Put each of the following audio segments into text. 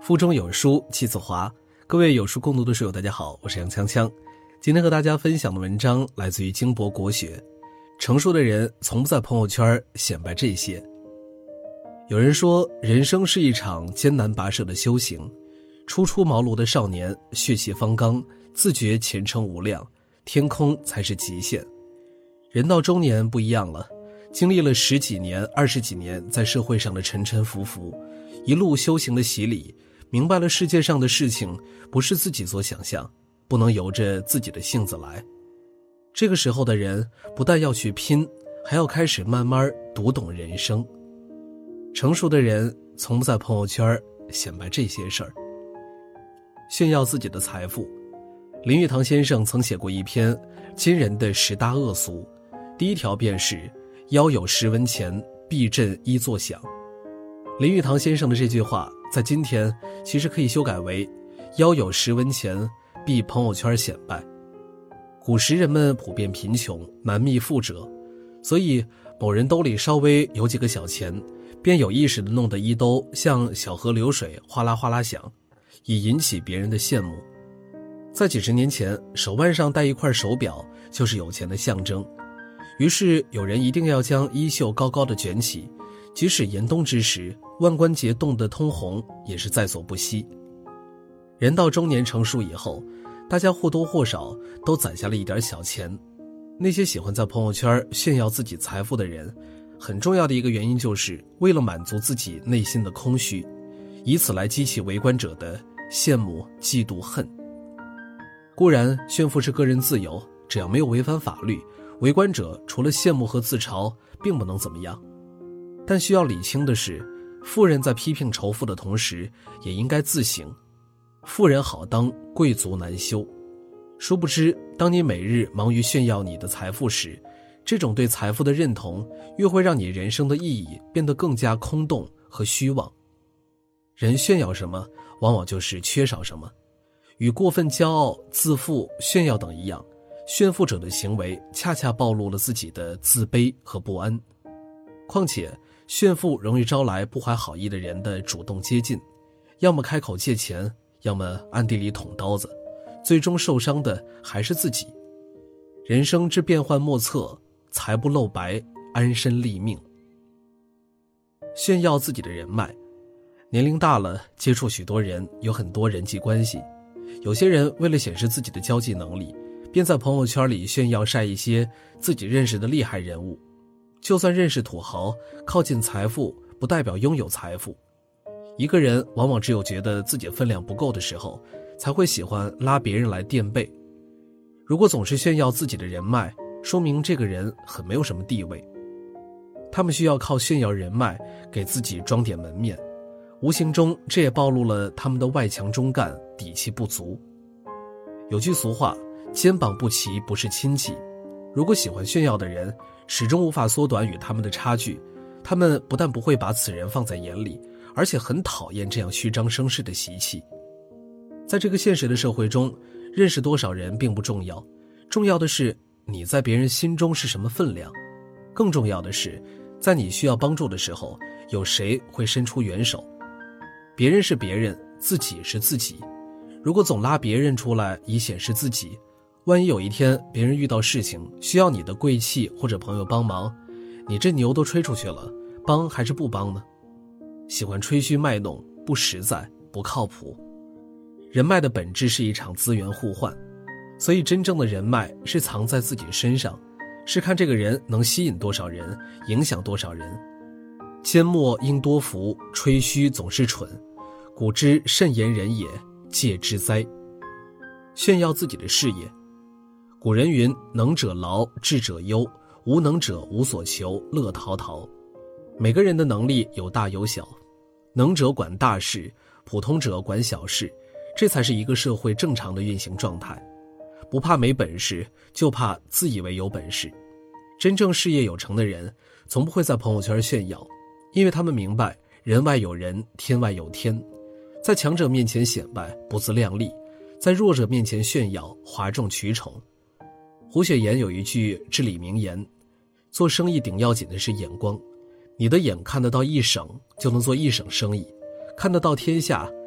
腹中有书气自华，各位有书共读的书友大家好，我是杨锵锵。今天和大家分享的文章来自于京博国学。成熟的人从不在朋友圈显摆这些。有人说，人生是一场艰难跋涉的修行，初出茅庐的少年血气方刚，自觉前程无量，天空才是极限。人到中年不一样了，经历了10几年、20几年在社会上的沉沉浮浮，一路修行的洗礼，明白了世界上的事情不是自己所想象，不能由着自己的性子来。这个时候的人不但要去拼，还要开始慢慢读懂人生。成熟的人从不在朋友圈显摆这些事儿，炫耀自己的财富。林语堂先生曾写过一篇今人的10大恶俗，第一条便是腰有10文钱，必振一作响。林语堂先生的这句话在今天其实可以修改为腰有10文钱，必朋友圈显摆。古时人们普遍贫穷，难觅富者，所以某人兜里稍微有几个小钱，便有意识地弄得衣兜像小河流水哗啦哗啦响，以引起别人的羡慕。在几十年前，手腕上戴一块手表就是有钱的象征，于是有人一定要将衣袖高高的卷起，即使严冬之时，腕关节冻得通红也是在所不惜。人到中年成熟以后，大家或多或少都攒下了一点小钱。那些喜欢在朋友圈炫耀自己财富的人，很重要的一个原因就是为了满足自己内心的空虚，以此来激起围观者的羡慕、嫉妒、恨。固然炫富是个人自由，只要没有违反法律，围观者除了羡慕和自嘲并不能怎么样。但需要理清的是，富人在批评仇富的同时也应该自省，富人好当，贵族难修。殊不知，当你每日忙于炫耀你的财富时，这种对财富的认同越会让你人生的意义变得更加空洞和虚妄。人炫耀什么，往往就是缺少什么。与过分骄傲、自负、炫耀等一样，炫富者的行为恰恰暴露了自己的自卑和不安。况且，炫富容易招来不怀好意的人的主动接近，要么开口借钱，要么暗地里捅刀子，最终受伤的还是自己。人生之变幻莫测，财不露白，安身立命。炫耀自己的人脉。年龄大了，接触许多人，有很多人际关系。有些人为了显示自己的交际能力，便在朋友圈里炫耀晒一些自己认识的厉害人物。就算认识土豪，靠近财富不代表拥有财富。一个人往往只有觉得自己分量不够的时候，才会喜欢拉别人来垫背。如果总是炫耀自己的人脉，说明这个人很没有什么地位。他们需要靠炫耀人脉给自己装点门面，无形中这也暴露了他们的外强中干，底气不足。有句俗话，肩膀不齐不是亲戚。如果喜欢炫耀的人始终无法缩短与他们的差距，他们不但不会把此人放在眼里，而且很讨厌这样虚张声势的习气。在这个现实的社会中，认识多少人并不重要，重要的是你在别人心中是什么分量。更重要的是，在你需要帮助的时候，有谁会伸出援手。别人是别人，自己是自己。如果总拉别人出来以显示自己，万一有一天别人遇到事情需要你的贵气或者朋友帮忙，你这牛都吹出去了，帮还是不帮呢？喜欢吹嘘卖弄，不实在，不靠谱。人脉的本质是一场资源互换，所以真正的人脉是藏在自己身上，是看这个人能吸引多少人，影响多少人。缄默应多福，吹嘘总是蠢，古之慎言人也，戒之哉。炫耀自己的事业。古人云，能者劳，智者忧，无能者无所求，乐陶陶。每个人的能力有大有小，能者管大事，普通者管小事，这才是一个社会正常的运行状态。不怕没本事，就怕自以为有本事。真正事业有成的人，从不会在朋友圈炫耀，因为他们明白人外有人，天外有天。在强者面前显摆，不自量力；在弱者面前炫耀，哗众取宠。胡雪岩有一句至理名言，做生意顶要紧的是眼光，你的眼看得到一省，就能做一省生意，看得到天下，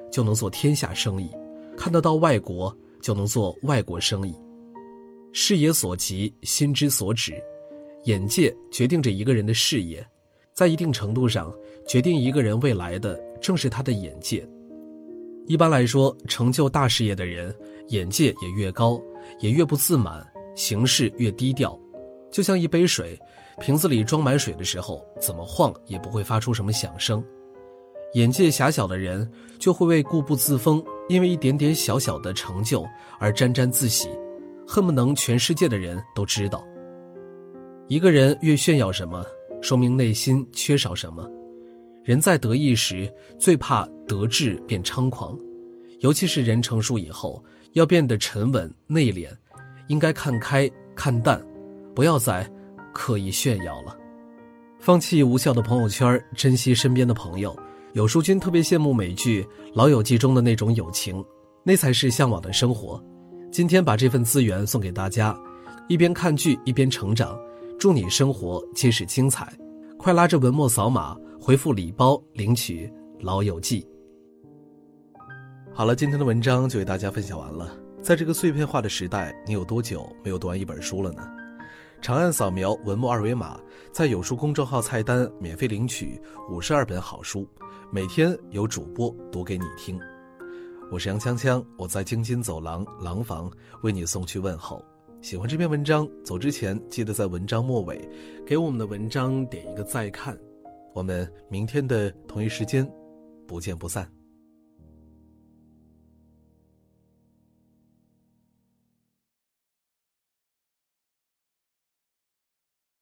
就能做天下生意，看得到外国就能做外国生意。视野所及，心之所指，眼界决定着一个人的视野，在一定程度上，决定一个人未来的正是他的眼界。一般来说，成就大事业的人，眼界也越高，也越不自满，行事越低调。就像一杯水，瓶子里装满水的时候，怎么晃也不会发出什么响声。眼界狭小的人，就会为固步自封，因为一点点小小的成就而沾沾自喜，恨不能全世界的人都知道。一个人越炫耀什么，说明内心缺少什么。人在得意时，最怕得志变猖狂，尤其是人成熟以后，要变得沉稳内敛，应该看开看淡，不要再刻意炫耀了。放弃无效的朋友圈，珍惜身边的朋友。有书君特别羡慕美剧《老友记》中的那种友情，那才是向往的生活。今天把这份资源送给大家，一边看剧一边成长，祝你生活皆是精彩。快拉着文末扫码回复礼包领取《老友记》。好了，今天的文章就给大家分享完了。在这个碎片化的时代，你有多久没有读完一本书了呢？长按扫描文末二维码，在有书公众号菜单免费领取52本好书，每天有主播读给你听。我是杨锵锵，我在京津走廊廊坊为你送去问候。喜欢这篇文章，走之前记得在文章末尾给我们的文章点一个再看。我们明天的同一时间不见不散。